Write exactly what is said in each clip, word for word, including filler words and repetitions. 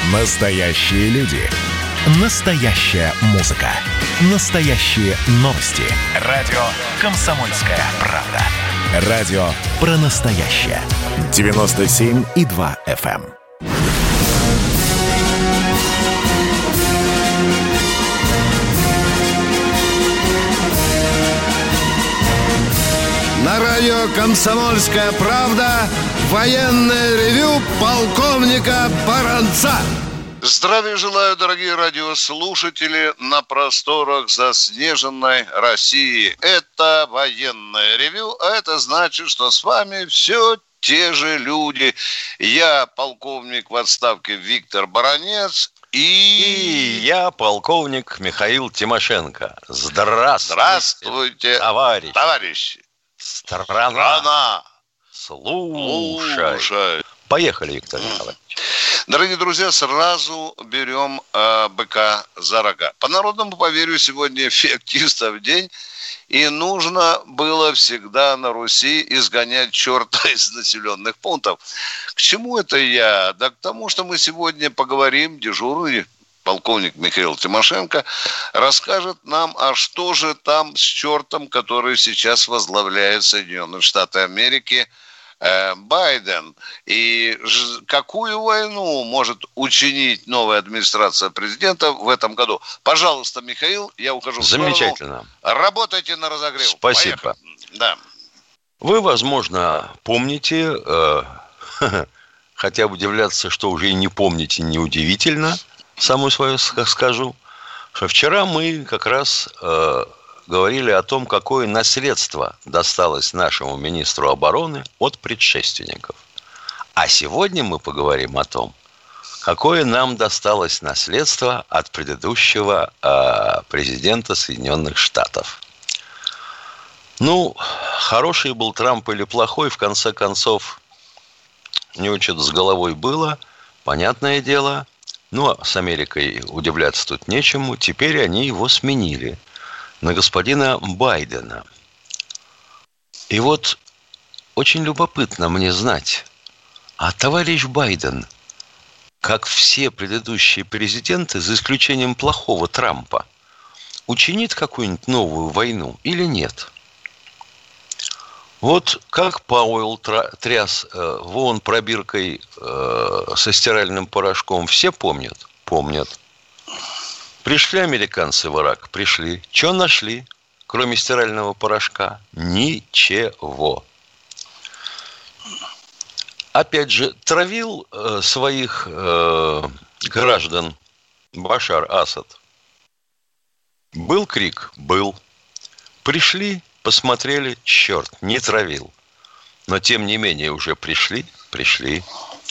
Настоящие люди. Настоящая музыка. Настоящие новости. Радио «Комсомольская правда». Радио про настоящее. девяносто семь и два эф эм. На радио «Комсомольская правда» военное ревю полковника Баранца. Здравия желаю, дорогие радиослушатели, на просторах заснеженной России. Это военное ревю, а это значит, что с вами все те же люди. Я полковник в отставке Виктор Баранец и... И я полковник Михаил Тимошенко. Здравствуйте, Здравствуйте, товарищ. товарищи. Страна. Страна. Слушай. Слушай. Поехали, Виктор Николаевич. Дорогие друзья, сразу берем э, быка за рога. По народному поверью, сегодня феоктистов день, и нужно было всегда на Руси изгонять черта из населенных пунктов. К чему это я? Да к тому, что мы сегодня поговорим, дежурный полковник Михаил Тимошенко расскажет нам, а что же там с чертом, который сейчас возглавляет Соединенные Штаты Америки, э, Байден. И ж, какую войну может учинить новая администрация президента в этом году. Пожалуйста, Михаил, я ухожу в сторону. Замечательно. Работайте на разогрев. Спасибо. Поехали. Да. Вы, возможно, помните, э, хотя удивляться, что уже и не помните, неудивительно, самую свою скажу, что вчера мы как раз э, говорили о том, какое наследство досталось нашему министру обороны от предшественников. А сегодня мы поговорим о том, какое нам досталось наследство от предыдущего э, президента Соединенных Штатов. Ну, хороший был Трамп или плохой, в конце концов, у него что-то с головой было, понятное дело. Ну, а с Америкой удивляться тут нечему. Теперь они его сменили на господина Байдена. И вот очень любопытно мне знать, а товарищ Байден, как все предыдущие президенты, за исключением плохого Трампа, учинит какую-нибудь новую войну или нет? Вот как Пауэлл тряс э, вон пробиркой э, со стиральным порошком, все помнят? Помнят. Пришли американцы в Ирак? Пришли. Что нашли, кроме стирального порошка? Ничего. Опять же, травил э, своих э, граждан Башар Асад. Был крик? Был. Пришли? Посмотрели, черт, не травил. Но, тем не менее, уже пришли, пришли.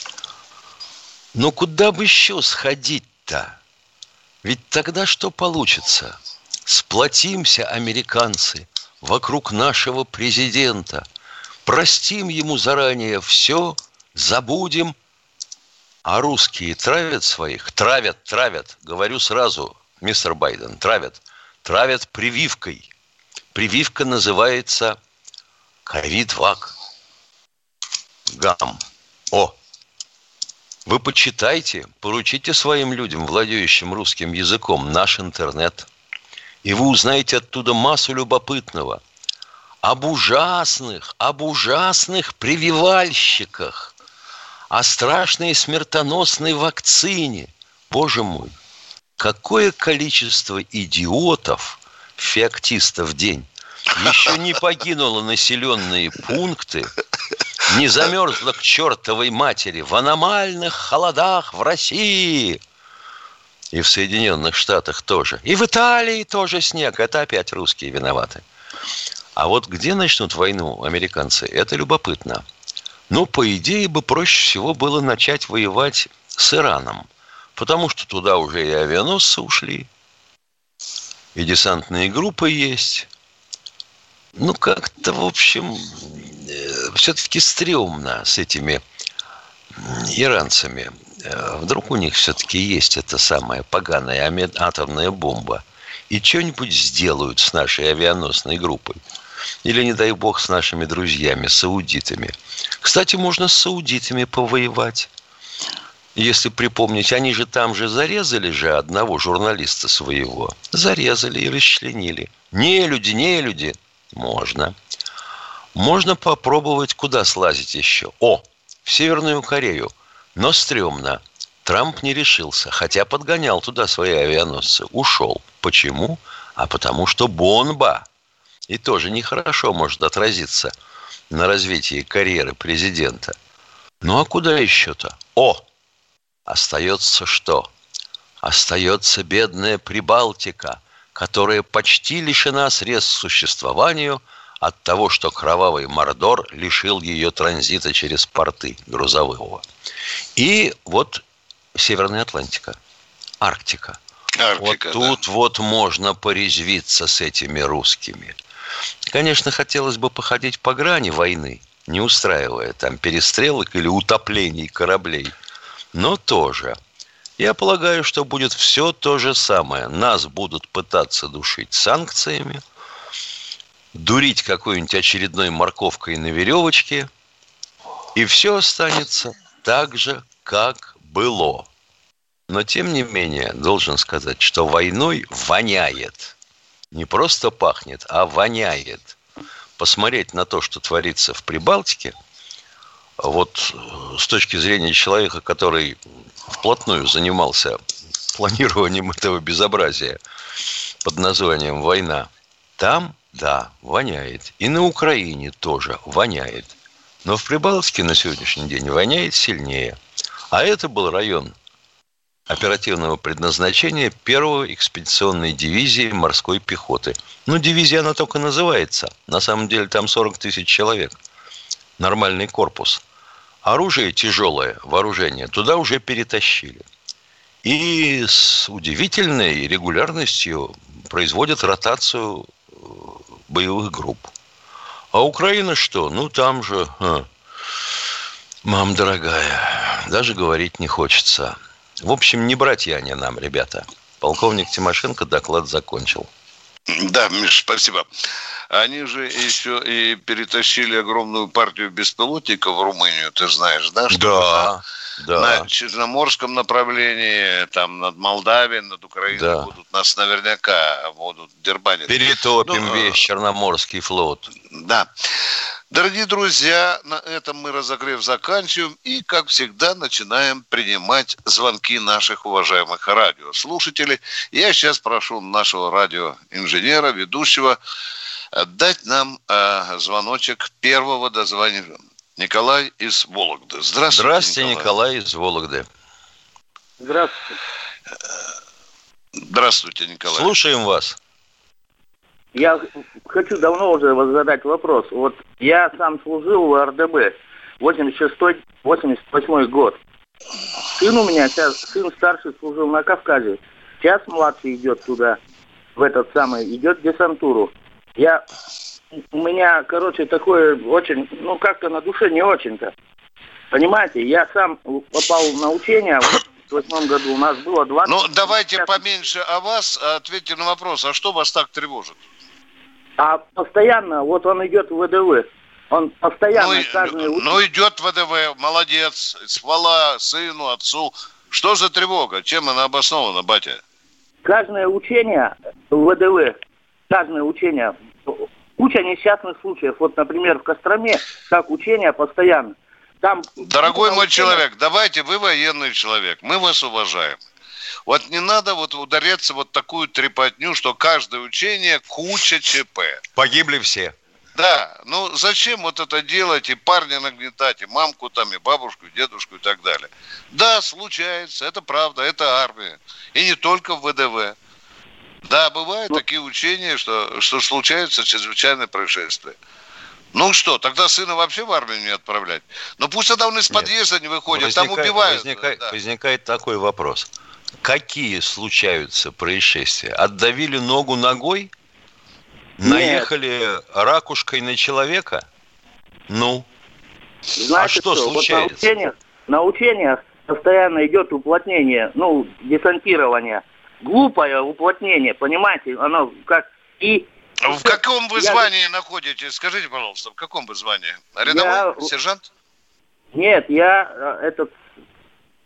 Но куда бы еще сходить-то? Ведь тогда что получится? Сплотимся, американцы, вокруг нашего президента. Простим ему заранее все, забудем. А русские травят своих? Травят, травят. Говорю сразу, мистер Байден, травят. Травят прививкой. Прививка называется ковид-вак. Гам. О! Вы почитайте, поручите своим людям, владеющим русским языком, наш интернет. И вы узнаете оттуда массу любопытного. Об ужасных, об ужасных прививальщиках. О страшной смертоносной вакцине. Боже мой! Какое количество идиотов, феоктистов в день, еще не покинуло населенные пункты, не замерзло к чертовой матери в аномальных холодах в России. И в Соединенных Штатах тоже. И в Италии тоже снег. Это опять русские виноваты. А вот где начнут войну американцы, это любопытно. Ну, по идее бы проще всего было начать воевать с Ираном. Потому что туда уже и авианосцы ушли. И десантные группы есть. Ну, как-то, в общем, все-таки стрёмно с этими иранцами. Вдруг у них все-таки есть эта самая поганая атомная бомба. И что-нибудь сделают с нашей авианосной группой. Или, не дай бог, с нашими друзьями, саудитами. Кстати, можно с саудитами повоевать. Если припомнить, они же там же зарезали же одного журналиста своего. Зарезали и расчленили. Не люди, не люди. Можно. Можно попробовать, куда слазить еще. О, в Северную Корею. Но стрёмно. Трамп не решился, хотя подгонял туда свои авианосцы. Ушел. Почему? А потому что бомба. И тоже нехорошо может отразиться на развитии карьеры президента. Ну а куда еще-то? О! Остается что? Остается бедная Прибалтика, которая почти лишена средств к существованию от того, что кровавый Мордор лишил ее транзита через порты грузового. И вот Северная Атлантика, Арктика. Арктика, вот тут да. Вот можно порезвиться с этими русскими. Конечно, хотелось бы походить по грани войны, не устраивая там перестрелок или утоплений кораблей. Но тоже. Я полагаю, что будет все то же самое. Нас будут пытаться душить санкциями, дурить какой-нибудь очередной морковкой на веревочке, и все останется так же, как было. Но, тем не менее, должен сказать, что войной воняет. Не просто пахнет, а воняет. Посмотреть на то, что творится в Прибалтике, вот с точки зрения человека, который вплотную занимался планированием этого безобразия под названием «Война», там, да, воняет. И на Украине тоже воняет. Но в Прибалтике на сегодняшний день воняет сильнее. А это был район оперативного предназначения первой экспедиционной дивизии морской пехоты. Ну, дивизия она только называется. На самом деле там сорок тысяч человек. Нормальный корпус. Оружие тяжелое, вооружение, туда уже перетащили. И с удивительной регулярностью производят ротацию боевых групп. А Украина что? Ну, там же... А, мам дорогая, даже говорить не хочется. В общем, не братья они нам, ребята. Полковник Тимошенко доклад закончил. Да, Миш, спасибо. Они же еще и перетащили огромную партию беспилотников в Румынию, ты знаешь, да? Что да, на, да. На Черноморском направлении, там над Молдавией, над Украиной да. будут нас наверняка будут дербанить. Перетопим ну, весь Черноморский флот. Да. Дорогие друзья, на этом мы разогрев заканчиваем и, как всегда, начинаем принимать звонки наших уважаемых радиослушателей. Я сейчас прошу нашего радиоинженера, ведущего, дать нам э, звоночек первого дозвонения. Николай из Вологды. Здравствуйте, Здравствуйте, Николай. Николай из Вологды. Здравствуйте. Здравствуйте, Николай. Слушаем вас. Я хочу давно уже задать вопрос. Вот я сам служил в эр дэ бэ, восемьдесят шестой - восемьдесят восьмой год. Сын у меня сейчас, сын старший служил на Кавказе. Сейчас младший идет туда, в этот самый, идет в десантуру. Я, у меня, короче, такое очень, ну как-то на душе не очень-то. Понимаете, я сам попал на учения в восемьдесят восьмом году, у нас было двадцать... Ну, давайте поменьше о вас, ответьте на вопрос, а что вас так тревожит? А постоянно, вот он идет в вэ дэ вэ, он постоянно ну, каждый... Ну, идет в вэ дэ вэ, молодец, хвала сыну, отцу. Что за тревога? Чем она обоснована, батя? Каждое учение в вэ дэ вэ, каждое учение, куча несчастных случаев. Вот, например, в Костроме, как учение постоянно. Там... Дорогой мой человек, давайте, вы военный человек, мы вас уважаем. Вот не надо вот ударяться вот такую трепотню, что каждое учение куча ЧП. Погибли все. Да, ну зачем вот это делать и парня нагнетать, и мамку там, и бабушку, и дедушку, и так далее. Да, случается, это правда, это армия. И не только в вэ дэ вэ. Да, бывают ну... такие учения, что, что случаются чрезвычайные происшествия. Ну что, тогда сына вообще в армию не отправлять? Ну пусть тогда он из подъезда Нет. не выходит, возникает, там убивают. Возникает, да. возникает такой вопрос. Какие случаются происшествия? Отдавили ногу ногой? Нет. Наехали ракушкой на человека? Ну? Знаете а что, что? случается? Вот на учениях, на учениях постоянно идет уплотнение, ну, десантирование. Глупое уплотнение, понимаете? Оно как... и В каком вы я... звании находитесь? Скажите, пожалуйста, в каком вы звании? Рядовой? Я... Сержант? Нет, я этот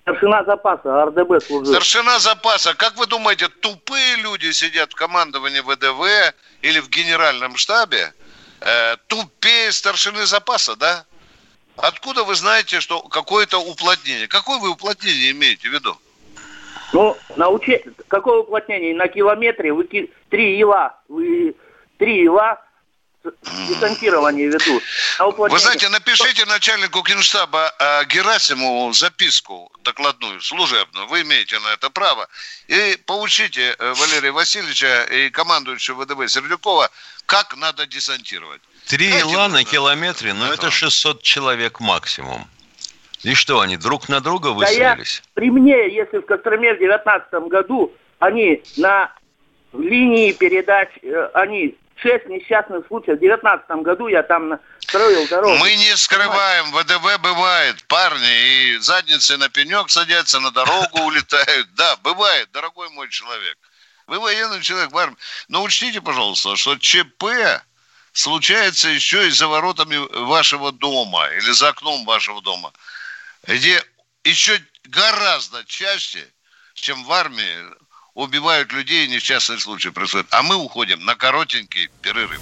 Старшина запаса, ар дэ бэ служил. Старшина запаса. Как вы думаете, тупые люди сидят в командовании вэ дэ вэ или в генеральном штабе? Э, тупее старшины запаса, да? Откуда вы знаете, что какое-то уплотнение? Какое вы уплотнение имеете в виду? Ну, научи... какое уплотнение? На километре вы ки... три ила, вы три ила десантирование ведут. А уплотнение... Вы знаете, напишите начальнику Генштаба э, Герасимову записку докладную, служебную. Вы имеете на это право. И поучите э, Валерия Васильевича и командующего вэ дэ вэ Сердюкова, как надо десантировать. Три Знаете, ила на да, километре, но да, это да. шестьсот человек максимум. И что, они друг на друга Да я, высадились? при мне, если в Костроме в девятнадцатом году они на линии передач, э, они шесть несчастных случаев. В девятнадцатом году я там строил дорогу. Мы не скрываем, вэ дэ вэ бывает, парни, и задницы на пенек садятся, на дорогу улетают. Да, бывает, дорогой мой человек. Вы военный человек в армии. Но учтите, пожалуйста, что ЧП случается еще и за воротами вашего дома или за окном вашего дома, где еще гораздо чаще, чем в армии, убивают людей, и несчастные случаи происходят. А мы уходим на коротенький перерыв.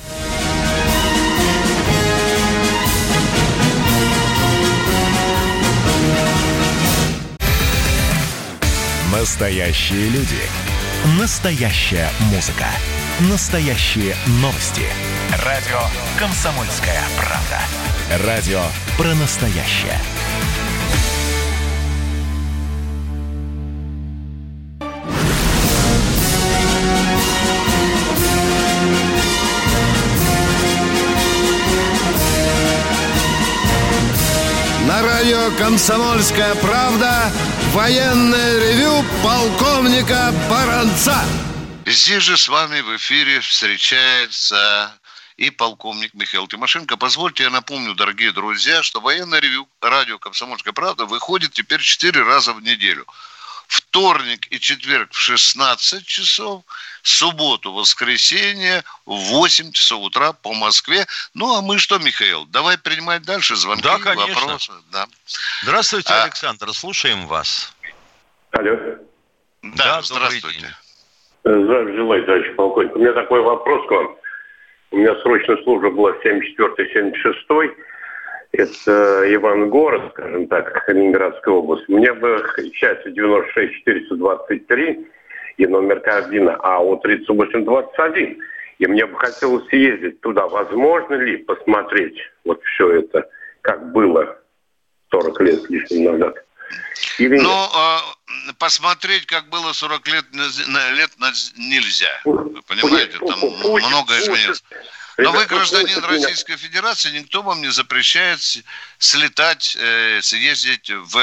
Настоящие люди. Настоящая музыка. Настоящие новости. Радио «Комсомольская правда». Радио про настоящее. На радио «Комсомольская правда» военное ревю полковника Баранца. Здесь же с вами в эфире встречается и полковник Михаил Тимошенко. Позвольте, я напомню, дорогие друзья, что военное ревю радио «Комсомольская правда» выходит теперь четыре раза в неделю. Вторник и четверг в шестнадцать часов, субботу, воскресенье в восемь часов утра по Москве. Ну, а мы что, Михаил, давай принимать дальше звонки, да, конечно. вопросы. Да. Здравствуйте, а... Александр, слушаем вас. Алло. Да, да здравствуйте. Здравия желаю, товарищ полковник. У меня такой вопрос к вам. У меня срочная служба была в семьдесят четвёртый - семьдесят шестой. Это Ивангород, скажем так, Ленинградская область. У меня бы часть девяносто шесть четыреста двадцать три и номер координа АО тридцать восемь двадцать один. И мне бы хотелось съездить туда. Возможно ли посмотреть вот все это, как было сорок лет лишним назад? Или ну, э, посмотреть, как было сорок лет, лет нельзя. Вы понимаете, там пусть, много изменилось. Но вы гражданин Российской Федерации, никто вам не запрещает слетать, э, съездить в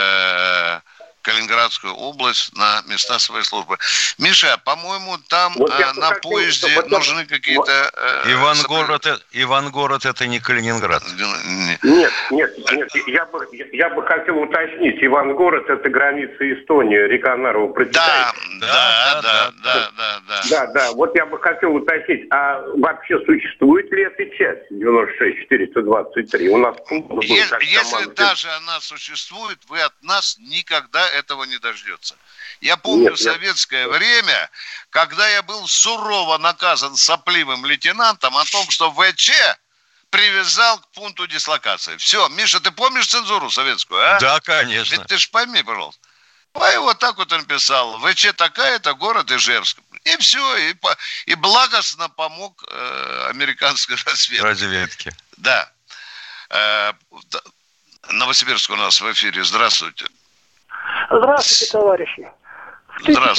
э, Калининградскую область на места своей службы. Миша, по-моему, там вот э, на хотел, поезде вот нужны я... какие-то... Э, Ивангород, сопр... Ивангород это не Калининград. Нет, нет, нет. Я бы, я бы хотел уточнить. Ивангород это граница Эстонии, река Нарва протекает. Да, да, да, да, да, да. Да, да. Вот я бы хотел уточнить, а вообще существует ли эта часть девяносто шесть четыреста двадцать три? У нас был, если, если даже она существует, вы от нас никогда этого не дождется. Я помню нет, советское нет. время, когда я был сурово наказан сопливым лейтенантом о том, что ВЧ привязал к пункту дислокации. Все, Миша, ты помнишь цензуру советскую, а? Да, конечно. Ведь ты ж пойми, пожалуйста. А и вот так вот он писал. ВЧ такая-то, город Ижевск. И все, и, и благостно помог э, американской разведке. Разведке. Да. Э, Новосибирск у нас в эфире. Здравствуйте. Здравствуйте, товарищи. В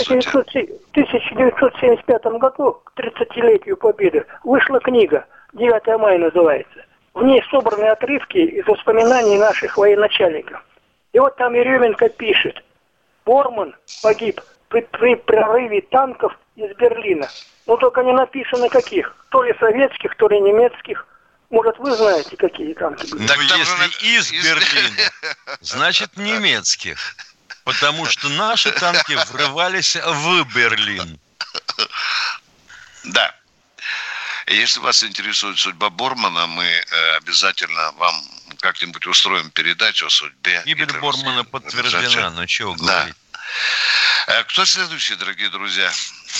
тысяча девятьсот семьдесят пятом году, к тридцатилетию Победы, вышла книга «девятое мая» называется. В ней собраны отрывки из воспоминаний наших военачальников. И вот там Еременко пишет: Борман погиб при, при прорыве танков из Берлина. Но только не написано каких. То ли советских, то ли немецких. Может, вы знаете, какие танки были? Ну, если из Берлина, значит, немецких. Потому что наши танки врывались в Берлин. Да. Если вас интересует судьба Бормана, мы обязательно вам как-нибудь устроим передачу о судьбе. Гибель Бормана подтверждена, но чего говорить. Да. Кто следующий, дорогие друзья?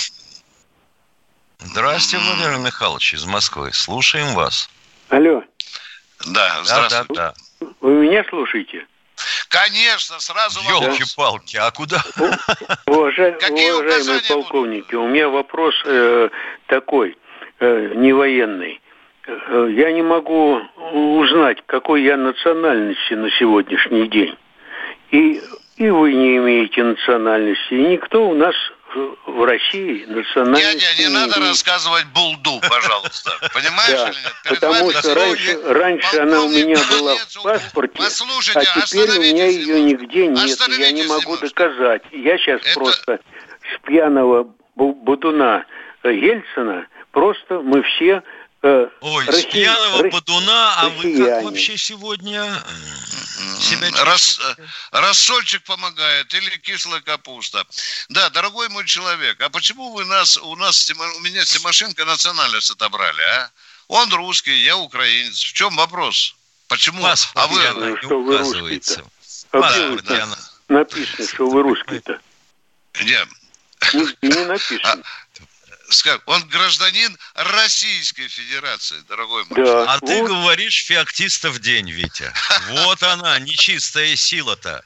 Здравствуйте, Владимир Михайлович из Москвы. Слушаем вас. Алло. Да, здравствуйте. Да, да, да. Вы меня слушаете? Конечно, сразу вопрос. Ёлки-палки, а куда? Уважаемые, уважаемые полковники, у меня вопрос э, такой, э, не военный. Э, я не могу узнать, какой я национальности на сегодняшний день. И, и вы не имеете национальности, и никто у нас в России национальности не, не, не не надо имеет. рассказывать булду, пожалуйста. Понимаешь Да, или нет? Перед потому вами что раньше, раньше она у меня была в паспорте, а теперь у меня ее нигде нет. Я не могу немножко доказать. Я сейчас Это... просто с пьяного бутуна Ельцина, просто мы все... Э, Ой, Россия, с пьяного Россия, бутуна, а россияне. Вы как вообще сегодня себя Рас, рассольчик помогает или кислая капуста. Да, дорогой мой человек, а почему вы нас, у нас, у меня с Тимошенко национальность отобрали, а? Он русский, я украинец. В чем вопрос? Почему? Паспорт, а вы... Ну, что вы русский-то? А да, да. Написано, что вы русский-то. Нет. Не, не написано. Он гражданин Российской Федерации, дорогой мой. Да. А вот. ты говоришь феоктистов день, Витя. Вот она, нечистая сила-то.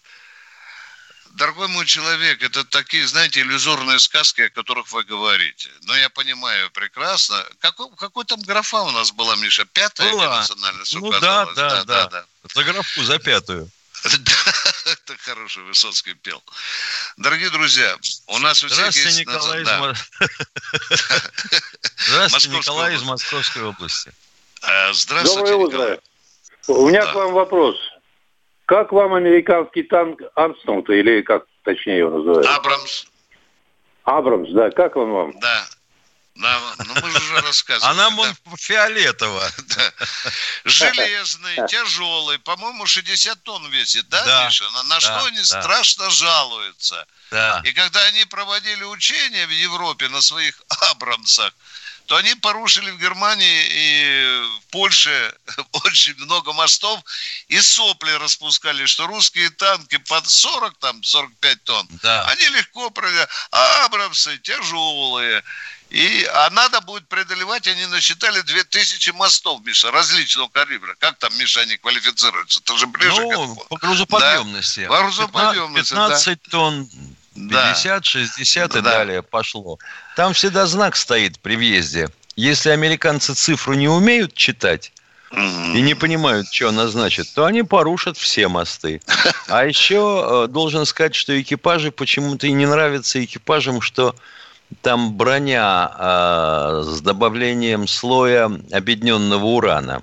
Дорогой мой человек, это такие, знаете, иллюзорные сказки, о которых вы говорите. Но я понимаю прекрасно. Какой, какой там графа у нас была, Миша? Пятая была. Национальность Ну указалась? да, да, да, да, да, да. За графу, за пятую. Это хороший Высоцкий пел. Дорогие друзья, у нас у всех Здравствуйте, есть... Николай, да. из... Здравствуйте, Николай из Московской области. Здравствуйте, Доброе Николай. утро. У меня да. к вам вопрос. Как вам американский танк Армстронг, или как точнее его называют? Абрамс. Абрамс, да. Как он вам? Да. Да, ну мы же уже рассказывали. А нам да. он фиолетово. Да. Железный, тяжелый, по-моему, шестьдесят тонн весит, да, да. Миша? На, на да, что они да. страшно жалуются. Да. И когда они проводили учения в Европе на своих Абрамсах, то они порушили в Германии и в Польше очень много мостов и сопли распускали, что русские танки под сорок, там, сорок пять тонн, да. они легко проделали. А Абрамсы тяжелые. И, а надо будет преодолевать, они насчитали две тысячи мостов, Миша, различного калибра. Как там, Миша, они квалифицируются? Это же ближе ну, к этому. по грузоподъемности. Да. По грузоподъемности, пятнадцать да. тонн, пятьдесят, шестьдесят да. и далее пошло. Там всегда знак стоит при въезде. Если американцы цифру не умеют читать mm-hmm. и не понимают, что она значит, то они порушат все мосты. А еще должен сказать, что экипажи почему-то и не нравится экипажам, что там броня э, с добавлением слоя объединенного урана.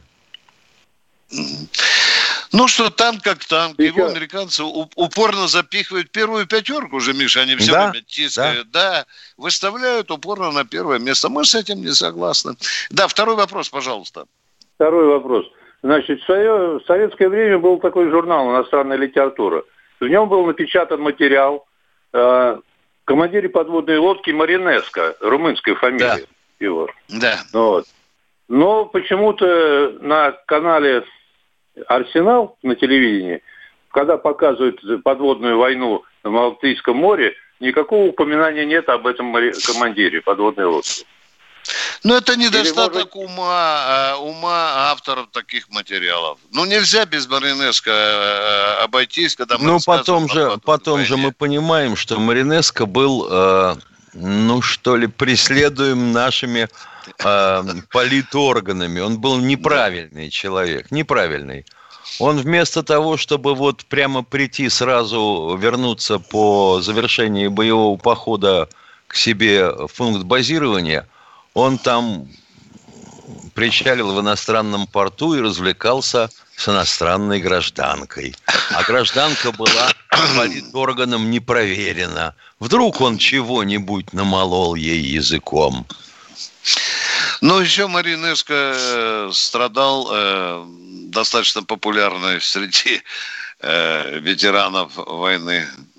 Ну что, танк как танк. Его американцы упорно запихивают первую пятерку уже, Миша. Они все да, время тискают. Да. да, выставляют упорно на первое место. Мы с этим не согласны. Да, второй вопрос, пожалуйста. Второй вопрос. Значит, в, свое, в советское время был такой журнал «Иностранная литература». В нем был напечатан материал э, командире подводной лодки Маринеско, румынская фамилия да. его. Да. Вот. Но почему-то на канале «Арсенал» на телевидении, когда показывают подводную войну на Балтийском море, никакого упоминания нет об этом командире подводной лодки. Ну, это недостаток может... ума, ума авторов таких материалов. Ну, нельзя без Маринеско обойтись, когда мы Ну, потом же, потом же мы понимаем, что Маринеско был, э, ну, что ли, преследуем нашими э, политорганами. Он был неправильный человек, неправильный. Он вместо того, чтобы вот прямо прийти сразу, вернуться по завершении боевого похода к себе в пункт базирования, он там причалил в иностранном порту и развлекался с иностранной гражданкой. А гражданка была политорганом не проверена. Вдруг он чего-нибудь намолол ей языком. Ну, еще Маринеско страдал э, достаточно популярной среди э, ветеранов войны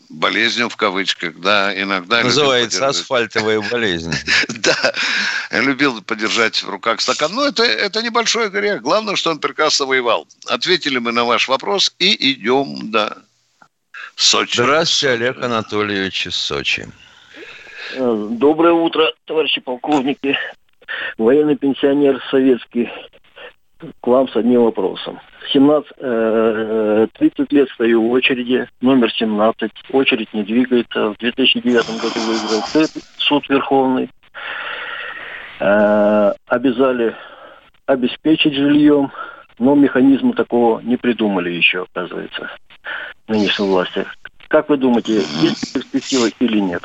болезнью в кавычках, да, иногда... Называется асфальтовая болезнь. Да, любил подержать в руках стакан. Ну, это, это небольшой грех. Главное, что он прекрасно воевал. Ответили мы на ваш вопрос и идем до Сочи. Здравствуйте, Олег Анатольевич из Сочи. Доброе утро, товарищи полковники. Военный пенсионер советский. К вам с одним вопросом. семнадцать, тридцать лет стою в очереди, номер семнадцать. Очередь не двигается. В две тысячи девятом году выиграл суд Верховный. Обязали обеспечить жильем, но механизма такого не придумали еще, оказывается, нынешней власти. Как вы думаете, есть перспектива или нет?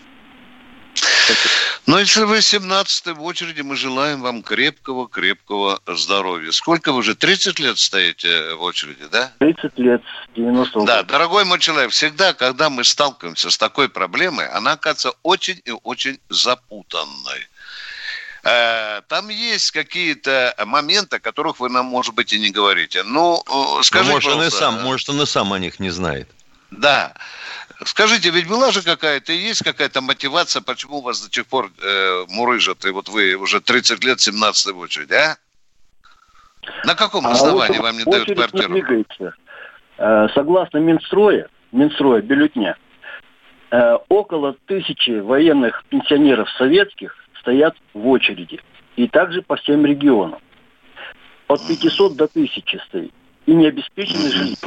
Но если вы семнадцатый в очереди, мы желаем вам крепкого-крепкого здоровья. Сколько вы уже? тридцать лет стоите в очереди, да? тридцать лет, девяностого Да, дорогой мой человек, всегда, когда мы сталкиваемся с такой проблемой, она оказывается очень и очень запутанной. Там есть какие-то моменты, о которых вы нам, может быть, и не говорите. Ну, скажите, может, он и просто... сам, может, он и сам о них не знает. Да. Скажите, ведь была же какая-то, есть какая-то мотивация, почему вас до сих пор э, мурыжат, и вот вы уже тридцать лет, семнадцатый в очереди, а? На каком основании а вам не дают квартиру? Не двигается. Согласно Минстроя, Минстроя, бюллетня, около тысячи военных пенсионеров советских стоят в очереди. И также по всем регионам. От пятисот до тысячи стоит. И не обеспечены жильем.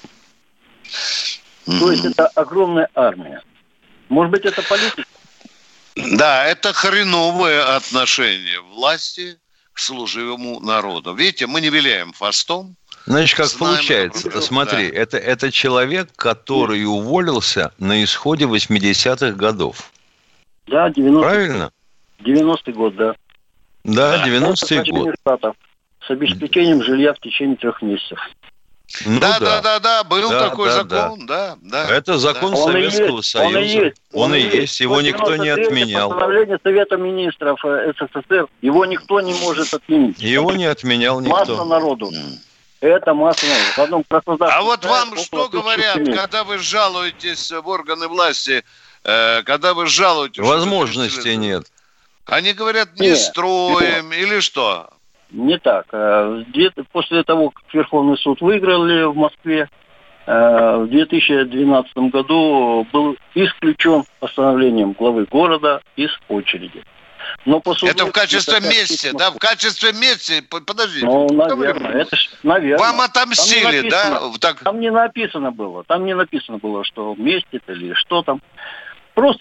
То есть это огромная армия. Может быть, это политика? Да, это хреновое отношение власти к служивому народу. Видите, мы не виляем фастом. Значит, как знаем, получается, это, смотри, да. это, это человек, который Нет. уволился на исходе восьмидесятых годов. Да, девяностый. Правильно? девяностый год, да. Да, девяностый год. Штатов, с обеспечением жилья в течение трех месяцев. Ну, да, да, да, да, да, был да, такой да, закон, да, да. да. Это закон да. Советского он Союза. Он и есть, он и есть. Его никто не отменял. Постановление Совета Министров СССР, его никто не может отменить. Его не отменял никто. Масса народу. Это масса народу. В одном а вот вам что говорят, семей. Когда вы жалуетесь в органы власти, э, когда вы жалуетесь... Возможностей нет. Они говорят, не нет, строим нет. Или что? Не так. После того, как Верховный суд выиграли в Москве, в две тысячи двенадцатом году был исключен постановлением главы города из очереди. Но по суду, это в качестве мести, да? В качестве мести, подождите. Ну, наверное, это ж, наверное. Вам отомстили, там да? Так... Там не написано было, там не написано было, что местит или что там. Просто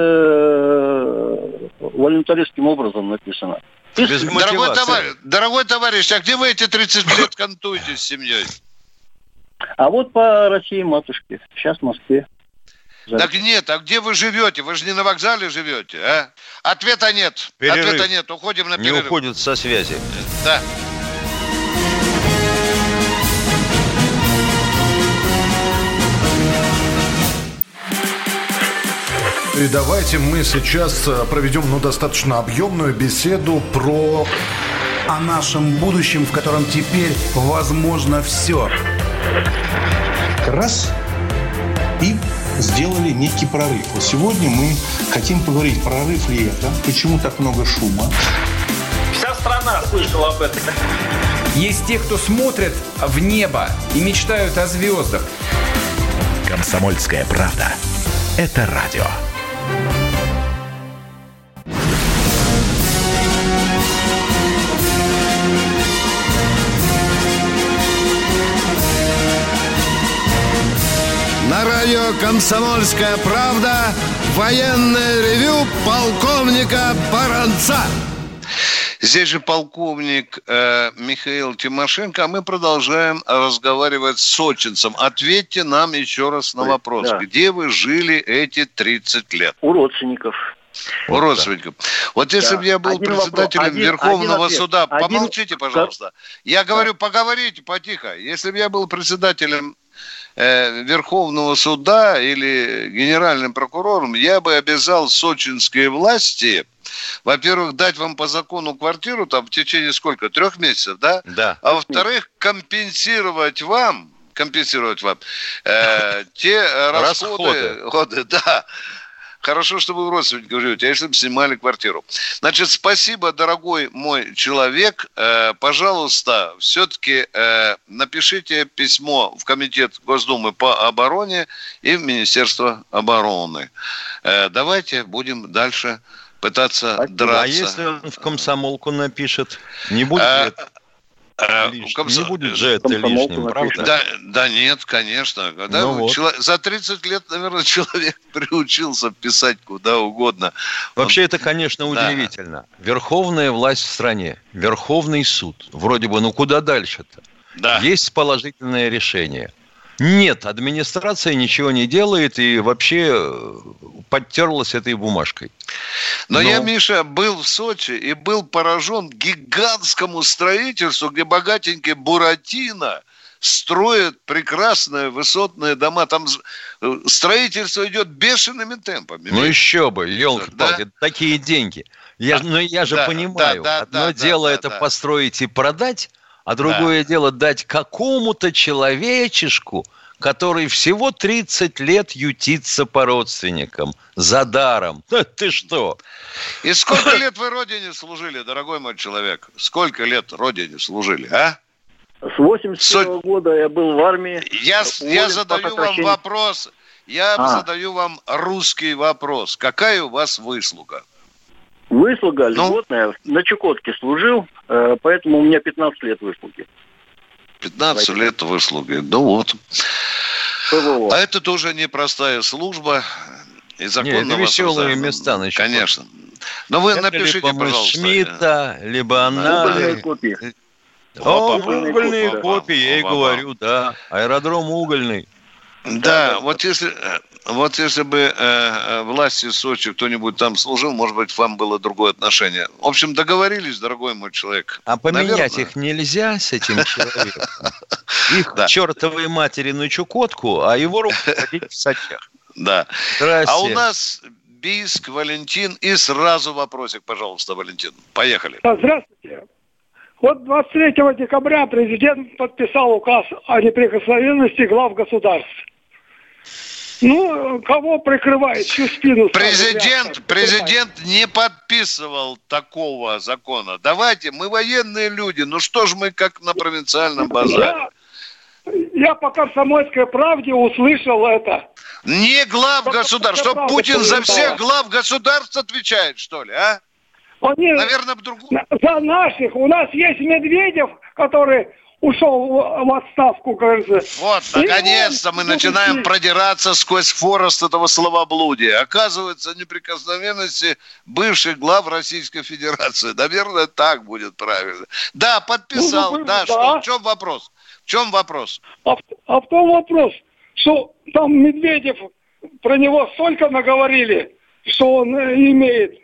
э, волюнтаристским образом написано. Дорогой товарищ, дорогой товарищ, а где вы эти тридцать лет кантуете с семьей? А вот по России, матушке. Сейчас в Москве. Жаль. Так нет, а где вы живете? Вы же не на вокзале живете, а? Ответа нет. Перерыв. Ответа нет. Уходим на перерыв. Не уходит со связи. Да. И давайте мы сейчас проведем, ну, достаточно объемную беседу про... О нашем будущем, в котором теперь возможно все. Раз и сделали некий прорыв. Вот сегодня мы хотим поговорить, прорыв ли это, почему так много шума. Вся страна слышала об этом. Есть те, кто смотрят в небо и мечтают о звездах. «Комсомольская правда» — это радио. На радио «Комсомольская правда» военное ревю полковника Баранца. Здесь же полковник э, Михаил Тимошенко, а мы продолжаем разговаривать с сочинцем. Ответьте нам еще раз на вопрос. Да. Где вы жили эти тридцать лет? У родственников. У вот родственников. Да. Вот если да. бы я был один председателем вопрос, Верховного один суда, один... помолчите, пожалуйста. Я говорю, поговорите потихо. Если бы я был председателем э, Верховного суда или генеральным прокурором, я бы обязал сочинские власти... Во-первых, дать вам по закону квартиру там в течение сколько? Трех месяцев, да? Да. А во-вторых, компенсировать вам компенсировать вам э, те расходы, расходы, да. Хорошо, что вы в родственниках живете, а если бы снимали квартиру. Значит, спасибо, дорогой мой человек. Э, пожалуйста, все-таки э, напишите письмо в Комитет Госдумы по обороне и в Министерство обороны. Э, давайте будем дальше пытаться а, драться. А если он в комсомолку напишет, не будет ли это? А, комсо... Не будет же это лишним, правда? Да, да нет, конечно. Да, ну вот. чело... За тридцать лет, наверное, человек приучился писать куда угодно. Вообще Он... это, конечно, удивительно. Да. Верховная власть в стране, Верховный суд. Вроде бы, ну куда дальше-то? Да. Есть положительное решение. Нет, администрация ничего не делает и вообще подтерлась этой бумажкой. Но, Но я, Миша, был в Сочи и был поражен гигантскому строительству, где богатенький Буратино строит прекрасные высотные дома. Там строительство идет бешеными темпами. Ну еще бы, елки-палки, да? Такие деньги. Я, но я же да, понимаю, да, да, одно да, дело да, это да. построить и продать, а другое да. дело дать какому-то человечешку, который всего тридцать лет ютится по родственникам, за даром. Ты что? И сколько лет вы родине служили, дорогой мой человек? Сколько лет родине служили, а? С восемьдесят первого Со... года я был в армии. Я, я задаю вам вопрос, я а. задаю вам русский вопрос. Какая у вас выслуга? Выслуга льготная. Ну? На Чукотке служил, поэтому у меня пятнадцать лет выслуги. пятнадцать Пойдем. Лет выслуги. Ну вот. ПВО. А это тоже непростая служба. И законно Нет, это веселые места на Чукотке. Конечно. Но вы это напишите, либо пожалуйста. Шмидта, либо Анны. О, угольные копии, я и говорю, да. Аэродром угольный. Да, вот если... Вот если бы э, власти Сочи, кто-нибудь там служил, может быть, вам было другое отношение. В общем, договорились, дорогой мой человек. А поменять Наверное... их нельзя с этим человеком? Их к чертовой матери на Чукотку, а его руку ходить в Сочах. Да. А у нас Бийск, Валентин. И сразу вопросик, пожалуйста, Валентин. Поехали. Здравствуйте. Вот двадцать третьего декабря президент подписал указ о неприкосновенности глав государств. Ну, кого прикрывает, чью спину? Президент, президент не подписывал такого закона. Давайте, мы военные люди, ну что ж мы как на провинциальном базаре? Я, я по «Комсомольской правде» услышал это. Не глав государств, что Путин за всех глав государств отвечает, что ли, а? Они, Наверное, в другую. За наших. У нас есть Медведев, который... ушел в отставку, кажется. Вот, наконец-то мы начинаем продираться сквозь форост этого словоблудия. Оказывается, неприкосновенности бывших глав Российской Федерации. Наверное, так будет правильно. Да, подписал. Ну, да, да, что? В чем вопрос? В чем вопрос? А, а в том вопрос, что там Медведев, про него столько наговорили, что он имеет...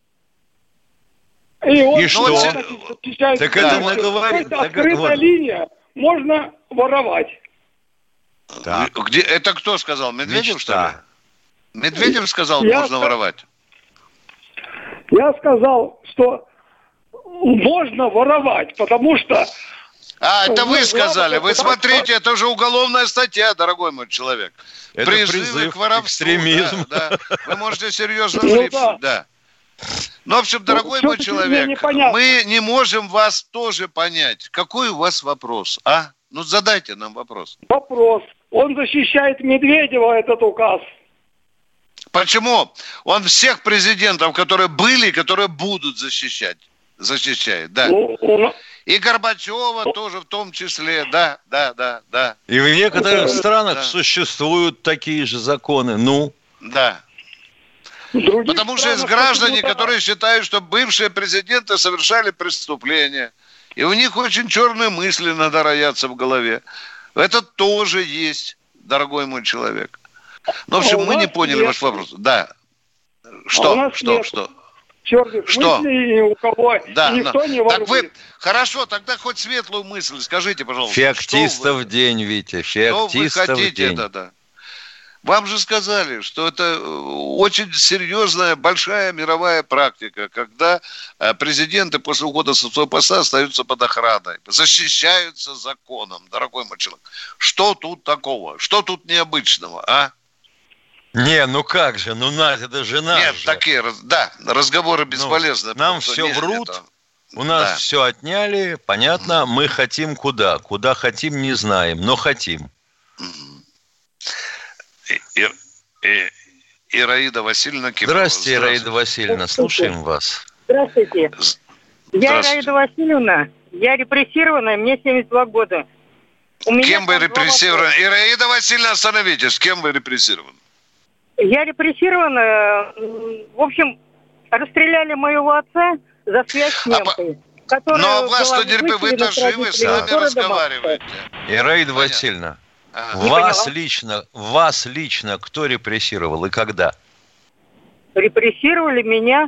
И, он, и что? Отвечает, так это мы говорим. Открытая вот. Линия, можно воровать. Так. Где, это кто сказал? Медведев, Мечта. Что ли? Медведев сказал, я можно sk... воровать. Я сказал, что можно воровать, потому что... А, это вы сказали. Вы смотрите, это же уголовная статья, дорогой мой человек. Это Призывы призыв к воровству. Экстремизм. Да, да. Вы можете серьезно влипнуть, да. Ну, в общем, дорогой ну, мой человек, мы не можем вас тоже понять. Какой у вас вопрос, а? Ну, задайте нам вопрос. Вопрос. Он защищает Медведева, этот указ. Почему? Он всех президентов, которые были, которые будут защищать. Защищает, да. Ну, ну, и Горбачева ну, тоже в том числе, да, да, да, да. И в некоторых странах да. существуют такие же законы, ну. Да. Потому что есть граждане, которые считают, что бывшие президенты совершали преступления. И у них очень черные мысли надо рояться в голове. Это тоже есть, дорогой мой человек. Но, в общем, а мы не поняли нет. ваш вопрос. Да. Что? А что? Нет. Что? Черных что? мыслей ни у кого. Да, никто но... не ворует. Так вы... Хорошо, тогда хоть светлую мысль скажите, пожалуйста. Феоктистов вы... день, Витя, феоктистов что вы хотите, день. Да, да. Вам же сказали, что это очень серьезная, большая мировая практика, когда президенты после ухода со своего поста остаются под охраной, защищаются законом, дорогой мой человек. Что тут такого? Что тут необычного, а? Не, ну как же, ну Надя, это же наш Нет, же. такие, да, разговоры бесполезны. Ну, нам все нет, врут, нет, у нас да. все отняли, понятно, мы хотим куда. Куда хотим, не знаем, но хотим. И, и, Ираида Васильевна Кипрова. Здравствуйте, Ираида Васильевна, слушаем вас. Здравствуйте. Здравствуйте. Я Ираида Васильевна, я репрессированная, мне семьдесят два года. У меня кем вы репрессированы? Ираида Васильевна, остановитесь, кем вы репрессированы? Я репрессирована, в общем, расстреляли моего отца за связь с немкой. А по... Но вас что не репрессировали, вы-то живы, с нами разговариваете. Ираида Васильевна. Ага. Вас лично, вас лично кто репрессировал и когда? Репрессировали меня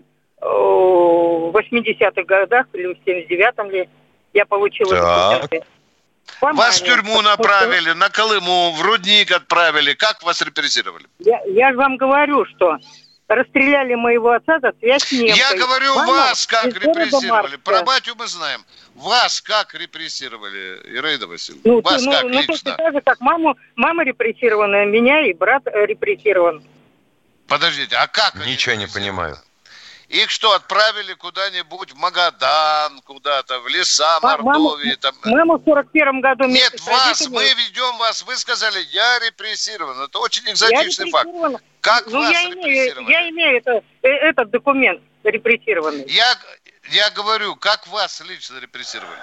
в восьмидесятых годах или в семьдесят девятом ли. Я получила документы. Вас в тюрьму направили, на Колыму, в Рудник отправили. Как вас репрессировали? Я, я же вам говорю, что расстреляли моего отца за связь с немкой. Я говорю, Мама вас как репрессировали. Марка. Про батю мы знаем. Вас как репрессировали, Ираида Васильевна? Ну, вас ну, как ну, лично? точно так же, как маму, мама репрессированная, меня и брат репрессирован. Подождите, а как? Ничего не понимаю. Их что, отправили куда-нибудь в Магадан, куда-то, в леса Мордовии? Маму, там... маму в сорок первом году... Нет, вас, мы ведем вас, вы сказали, я репрессирован. Это очень экзотичный факт. Как ну, вас я репрессировали? Имею, я имею это, этот документ репрессированный. Я, я говорю, как вас лично репрессировали?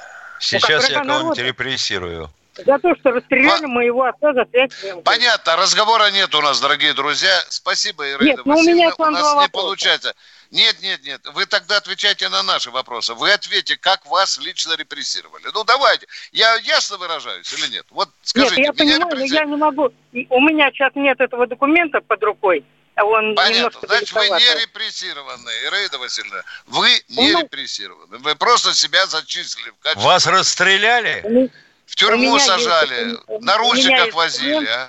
Сейчас ну, я кого-нибудь репрессирую. За то, что расстреляли Во... моего отца за связь с немкой. Понятно, разговора нет у нас, дорогие друзья. Спасибо, Ираида нет, Васильевна. У, меня у нас не вопроса. получается. Нет, нет, нет. Вы тогда отвечайте на наши вопросы. Вы ответьте, как вас лично репрессировали. Ну, давайте. Я ясно выражаюсь или нет? Вот скажите. Нет, я меня понимаю, репресси... но я не могу. У меня сейчас нет этого документа под рукой. Он Понятно. Значит, вы далековато. не репрессированы, Ираида Васильевна. Вы не ну, репрессированы. Вы просто себя зачислили в качестве... Вас расстреляли? В тюрьму сажали, есть, на русиках возили, а?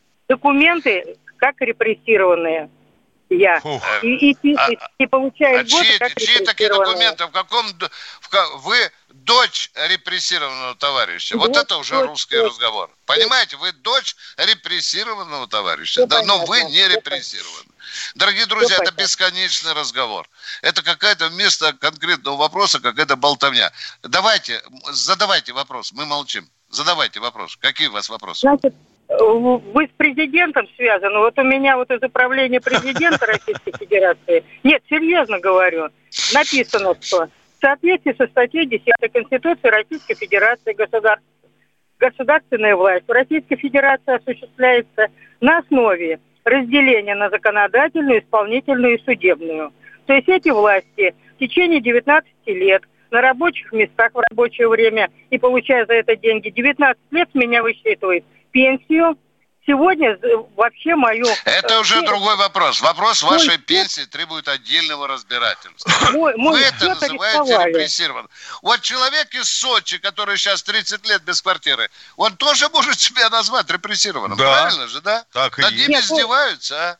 Документы как репрессированные я. И, и, и, а, и получаю а льготы чьи, как чьи такие документы? В каком... В, вы дочь репрессированного товарища. Дочь, вот это уже дочь, русский дочь. разговор. Понимаете, вы дочь репрессированного товарища, да, но вы не репрессированы. Дорогие друзья, это бесконечный разговор. Это какая-то вместо конкретного вопроса какая-то болтовня. Давайте, задавайте вопрос. Мы молчим. Задавайте вопрос. Какие у вас вопросы? Значит, вы с президентом связаны. Вот у меня вот из управления президента Российской Федерации. Нет, серьезно говорю. Написано, что в соответствии со статьей десятой Конституции Российской Федерации государств... государственная власть в Российской Федерации осуществляется на основе разделение на законодательную, исполнительную и судебную. То есть эти власти в течение девятнадцати лет на рабочих местах в рабочее время и получая за это деньги, девятнадцать лет с меня высчитывает пенсию. Сегодня вообще мою... Это уже э, другой вопрос. Вопрос вашей мой пенсии требует отдельного разбирательства. Мой, мой Вы это называете репрессирован. Вот человек из Сочи, который сейчас тридцать лет без квартиры, он тоже может себя назвать репрессированным. Да. Правильно же, да? Так Над ним издеваются,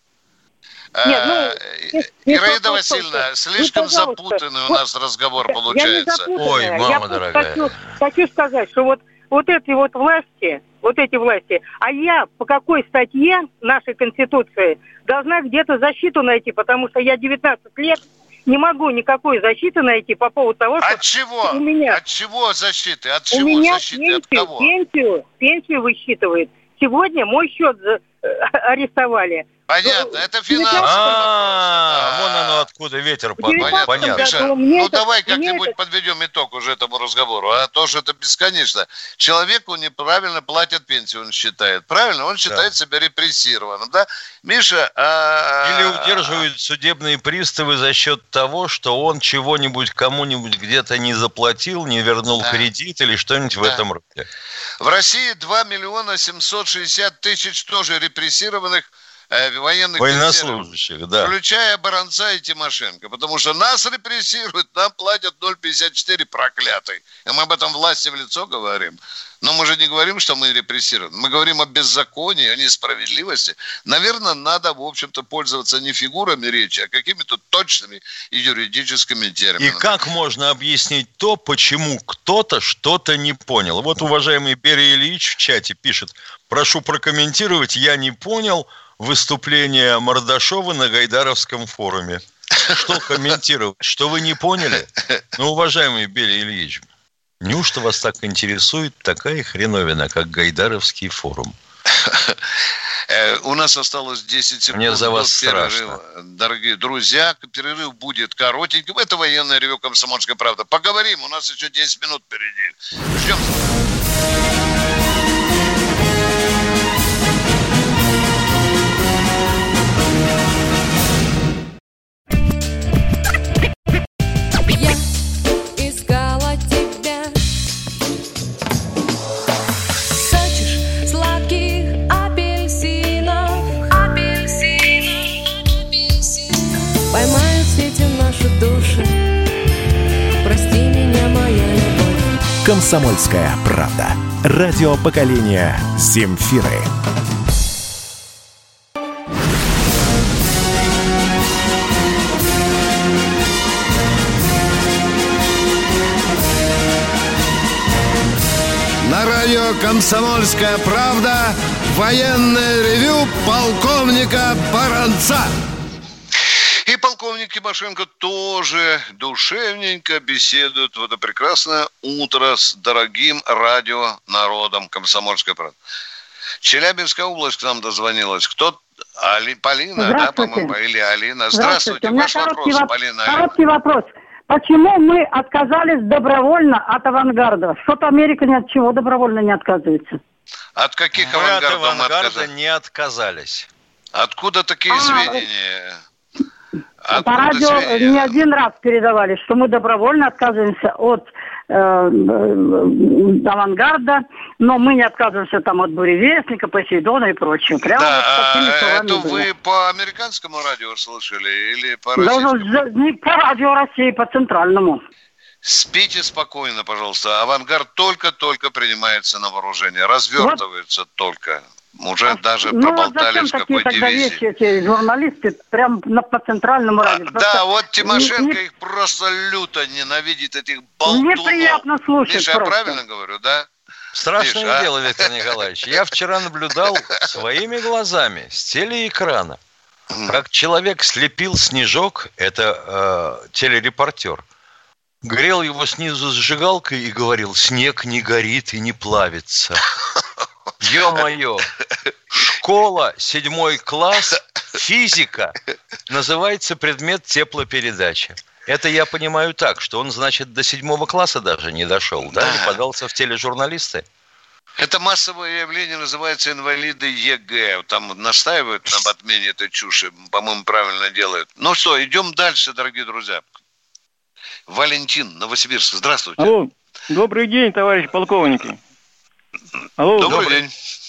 а? Нет, ну, Ираида не Васильевна, не слишком запутанный у нас разговор я, получается. Я Ой, мама я дорогая. Хочу, хочу сказать, что вот, вот эти вот власти, вот эти власти, а я по какой статье нашей Конституции должна где-то защиту найти, потому что я девятнадцать лет не могу никакой защиты найти по поводу того, что... От чего? У меня, От чего защиты? От чего у меня защиты? Пенсию, От кого? Пенсию, пенсию высчитывает. Сегодня мой счет арестовали. Понятно, это финансовый вопрос. Вон оно откуда ветер подул. Понятно. Миша, ну давай как-нибудь подведем итог уже этому разговору, а то, что это бесконечно. Человеку неправильно платят пенсию, он считает. Правильно? Он считает себя репрессированным, да? Миша... Или удерживают судебные приставы за счет того, что он чего-нибудь кому-нибудь где-то не заплатил, не вернул кредит или что-нибудь в этом роде. В России два миллиона семьсот шестьдесят тысяч тоже репрессированных э, военных военнослужащих, да. Включая Баранца и Тимошенко. Потому что нас репрессируют, нам платят ноль пятьдесят четыре проклятый. И мы об этом власти в лицо говорим. Но мы же не говорим, что мы репрессируем. Мы говорим о беззаконии, о несправедливости. Наверное, надо, в общем-то, пользоваться не фигурами речи, а какими-то точными юридическими терминами. И как можно объяснить то, почему кто-то что-то не понял? Вот уважаемый Берия Ильич в чате пишет: прошу прокомментировать, я не понял выступление Мордашова на Гайдаровском форуме. Что комментировать? Что вы не поняли? Ну, уважаемый Берия Ильич, неужто вас так интересует такая хреновина, как Гайдаровский форум? У нас осталось десять секунд. Мне за вас перерыва. страшно. Дорогие друзья, перерыв будет коротеньким. Это военное ревю «Комсомольская правда». Поговорим, у нас еще десять минут впереди. Ждем. «Комсомольская правда». Радио поколения «Земфиры». На радио «Комсомольская правда» военное ревю полковника Баранца. И полковник Тимошенко тоже душевненько беседует в это прекрасное утро с дорогим радионародом «Комсомольская правда». Челябинская область к нам дозвонилась. Кто? Али, Полина, да, по-моему, или Алина. Здравствуйте. Здравствуйте. У меня Ваш короткий вопрос, воп... Полина. Короткий Алина. вопрос. Почему мы отказались добровольно от авангарда? Что-то Америка ни от чего добровольно не отказывается. От каких мы авангардов от авангарда мы отказались? не отказались. Откуда такие а, сведения? Откуда по радио сведения? Не один раз передавали, что мы добровольно отказываемся от э, э, авангарда, но мы не отказываемся там от буревестника, Посейдона и прочего. Прямо да, вот это вы было. По американскому радио слышали или по да, российскому? Не по радио России, по центральному. Спите спокойно, пожалуйста. Авангард только-только принимается на вооружение, развертывается вот. только. Уже а, даже ну, проболтали, в какой такие дивизии. Вещи, эти журналисты прям на, по центральному радио. А, да, вот Тимошенко не, их просто люто ненавидит, этих болтунов. Неприятно слушать. Миша, просто. Я правильно говорю, да? Страшное Миша, дело, а? Виктор Николаевич. Я вчера наблюдал своими глазами с телеэкрана, как человек слепил снежок, это э, телерепортер, грел его снизу зажигалкой и говорил: снег не горит и не плавится. Ё-моё, школа, седьмой класс, физика, называется предмет теплопередачи. Это я понимаю так, что он, значит, до седьмого класса даже не дошел, да, да? И подался в тележурналисты. Это массовое явление, называется инвалиды ЕГЭ. Там настаивают на отмене этой чуши, по-моему, правильно делают. Ну что, идем дальше, дорогие друзья. Валентин, Новосибирск, здравствуйте. Алло, добрый день, товарищ полковники. Алло, добрый день.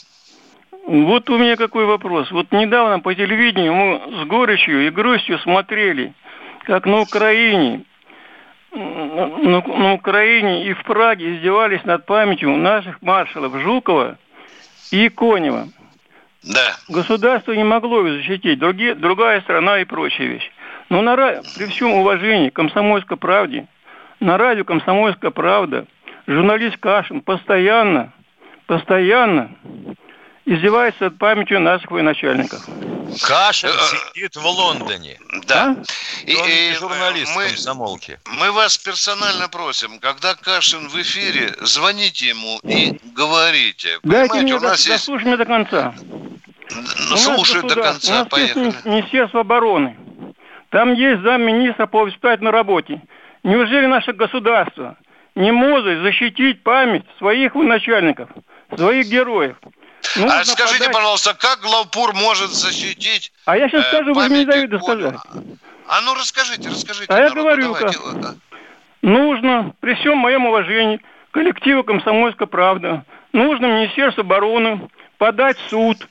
Вот у меня какой вопрос. Вот недавно по телевидению мы с горечью и грустью смотрели, как на Украине, на, на Украине и в Праге издевались над памятью наших маршалов Жукова и Конева. Да. Государство не могло их защитить, другие, другая страна и прочая вещь. Но на, при всем уважении к «Комсомольской правде», на радио «Комсомольская правда» журналист Кашин постоянно, постоянно издевается над памятью наших военачальников. Кашин сидит в Лондоне. Да. А? И, он и журналист мы, комсомолки. Мы вас персонально просим, когда Кашин в эфире, звоните ему и говорите. Дайте мне, у нас до, есть... дослушай меня до конца. Ну, слушаю до конца, у нас поехали. Есть Министерство обороны. Там есть замминистра по воспитательной работе. Неужели наше государство не может защитить память своих военачальников, своих героев? Нужно а скажите, подать... пожалуйста, как главпур может защитить А я сейчас э, скажу, вы же не даете сказать. А ну расскажите, расскажите. А народу, я говорю, давайте. как нужно, при всем моем уважении коллективу «Комсомольская правда», нужно Министерству обороны подать в суд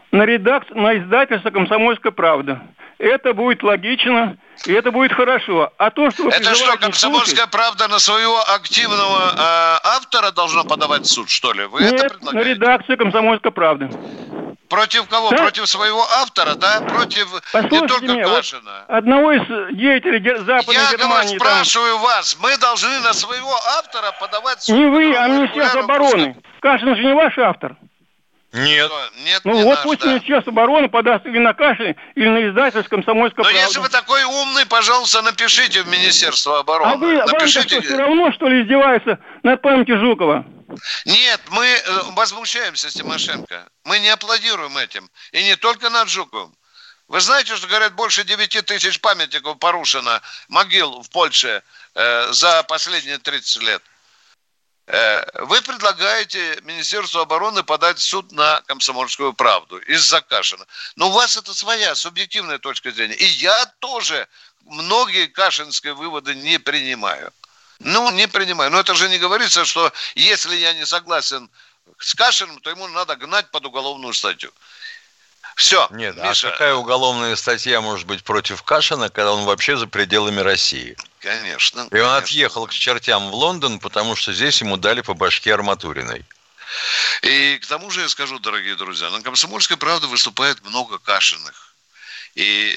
на редакцию, на издательство «Комсомольская правда». Это будет логично, и это будет хорошо. А то, что вы Это что, призываете «Комсомольская слушать, правда» на своего активного э, автора должна подавать в суд, что ли? Вы это нет, на предлагаете? редакцию «Комсомольской правды». Против кого? Да. Против своего автора, да? Против не Послушайте только меня, вот Кашина. одного из деятелей Ге- Западной Я Германии... говорю, спрашиваю вас, мы должны на своего автора подавать в суд? Не вы, а которого Министерство регулярно обороны. Кашин же не ваш автор. Нет. Нет, Ну не вот наш, пусть да. Министерство обороны подаст или на Кашина, или на издательство «Комсомольская Но правда». если вы такой умный, пожалуйста, напишите в Министерство обороны. А вы, вам-то Напишите. что, все равно, что ли, издеваются над памятью Жукова? Нет, мы э, возмущаемся с Тимошенко. Мы не аплодируем этим. И не только над Жуковым. Вы знаете, что, говорят, больше девяти тысяч памятников порушено, могил в Польше э, за последние тридцать лет. Э, вы предлагаете Министерству обороны подать в суд на «Комсомольскую правду» из-за Кашина. Но у вас это своя субъективная точка зрения. И я тоже многие кашинские выводы не принимаю. Ну, не принимаю. Но это же не говорится, что если я не согласен с Кашиным, то ему надо гнать под уголовную статью. Все, Нет, Миша. а какая уголовная статья может быть против Кашина, когда он вообще за пределами России? Конечно. И он конечно. отъехал к чертям в Лондон, потому что здесь ему дали по башке Арматуриной. И к тому же я скажу, дорогие друзья, на «Комсомольской правде» выступает много Кашиных. И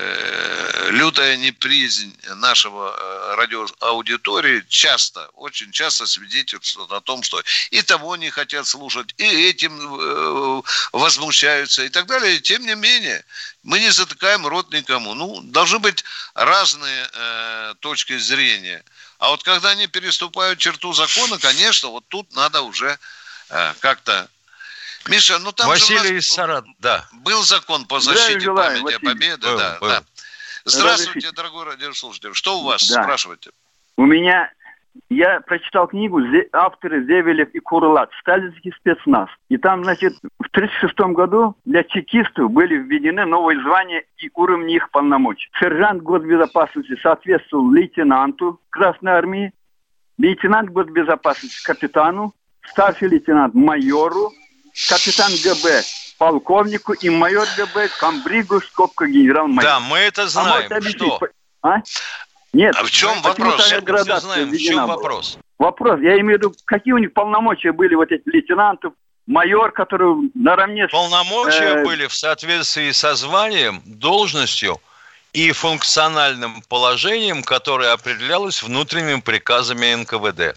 э, лютая неприязнь нашего э, радиоаудитории часто, очень часто свидетельствует о том, что и того не хотят слушать, и этим э, возмущаются и так далее. И тем не менее, мы не затыкаем рот никому. Ну, должны быть разные э, точки зрения. А вот когда они переступают черту закона, конечно, вот тут надо уже э, как-то... Миша, ну там Василий же у нас из Сарат, да. был закон по защите желаю, памяти Василий. Победы. Был, да, был. да. Здравствуйте, Разрешите. дорогой радиослушатель. Что у вас? Да. Спрашивайте. У меня, я прочитал книгу, зе- авторы Зевелев и Курлат, сталинский спецназ. И там, значит, в тридцать шестом году для чекистов были введены новые звания и уровни их полномочий. Сержант госбезопасности соответствовал лейтенанту Красной Армии, лейтенант госбезопасности капитану, старший лейтенант майору, капитан ГБ полковнику и майор ГБ комбригу, скобка генерал-майор. Да, мы это знаем. А Что? А? Нет. А в чем почему вопрос? такая Мы все градация знаем, в введена чем была? вопрос. Вопрос, я имею в виду, какие у них полномочия были вот этих лейтенантов, майор, который наравне с... Полномочия э, были в соответствии со званием, должностью и функциональным положением, которое определялось внутренними приказами эн ка вэ дэ.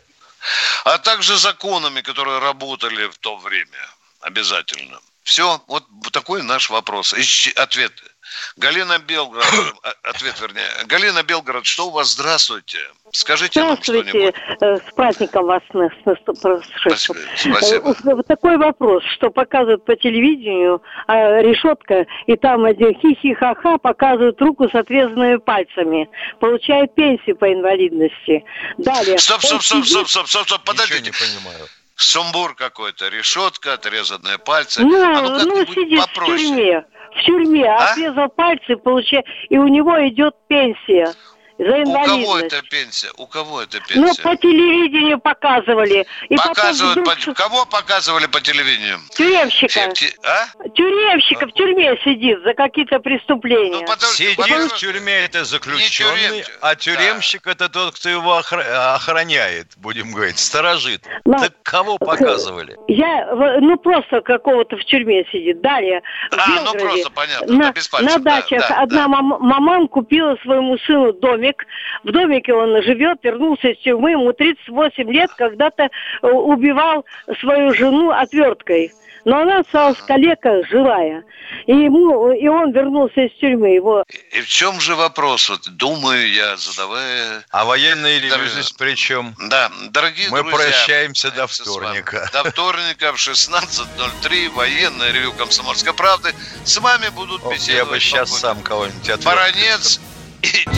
А также законами, которые работали в то время. Обязательно. Все, вот такой наш вопрос. Ищи ответ. Галина Белгород, ответ вернее. Галина Белгород, что у вас? Здравствуйте. Скажите нам Здравствуйте. что-нибудь. С праздником вас с наступившим. Спасибо. Вот такой вопрос, что показывают по телевидению, решетка, и там один хи-хи-ха-ха показывают руку с отрезанными пальцами. Получает пенсию по инвалидности. Далее. Стоп, стоп, стоп, стоп, стоп, стоп, стоп, подождите. Ничего не понимаю. Сумбур какой-то, решетка, отрезанные пальцы. Ну, а ну, ну сидит попроще. в тюрьме. В тюрьме, А? отрезал пальцы, получает, и у него идет пенсия за У инвалидность. кого это пенсия? У кого это Ну, пенсия? по телевидению показывали. И Показывают, потом вдруг... по... кого показывали по телевидению? Тюремщика. Все- А? Тюремщика в тюрьме сидит за какие-то преступления. Сидит в тюрьме, это заключенный, тюремщик, а тюремщик это тот, кто его охра- охраняет, будем говорить, сторожит. Но- Так кого показывали? Я, в- ну, просто какого-то в тюрьме сидит. Далее, в А, ну Белгороде, просто понятно, на, да, без пальцев, на да, дачах да, одна да. мам- маман купила своему сыну домик. В домике он живет, вернулся из тюрьмы, ему тридцать восемь лет, когда-то э, убивал свою жену отверткой. Но она осталась калека живая. И, ему, и он вернулся из тюрьмы. Его... И в чем же вопрос? Вот думаю я, задавая... А военные Да, ревизии при чем? Да, дорогие Мы друзья. прощаемся до с вами. вторника. До вторника в шестнадцать ноль три. Военное ревью «Комсомольской правды». С вами будут Ох, беседовать... я бы сейчас полковник сам кого-нибудь отвел. Баранец и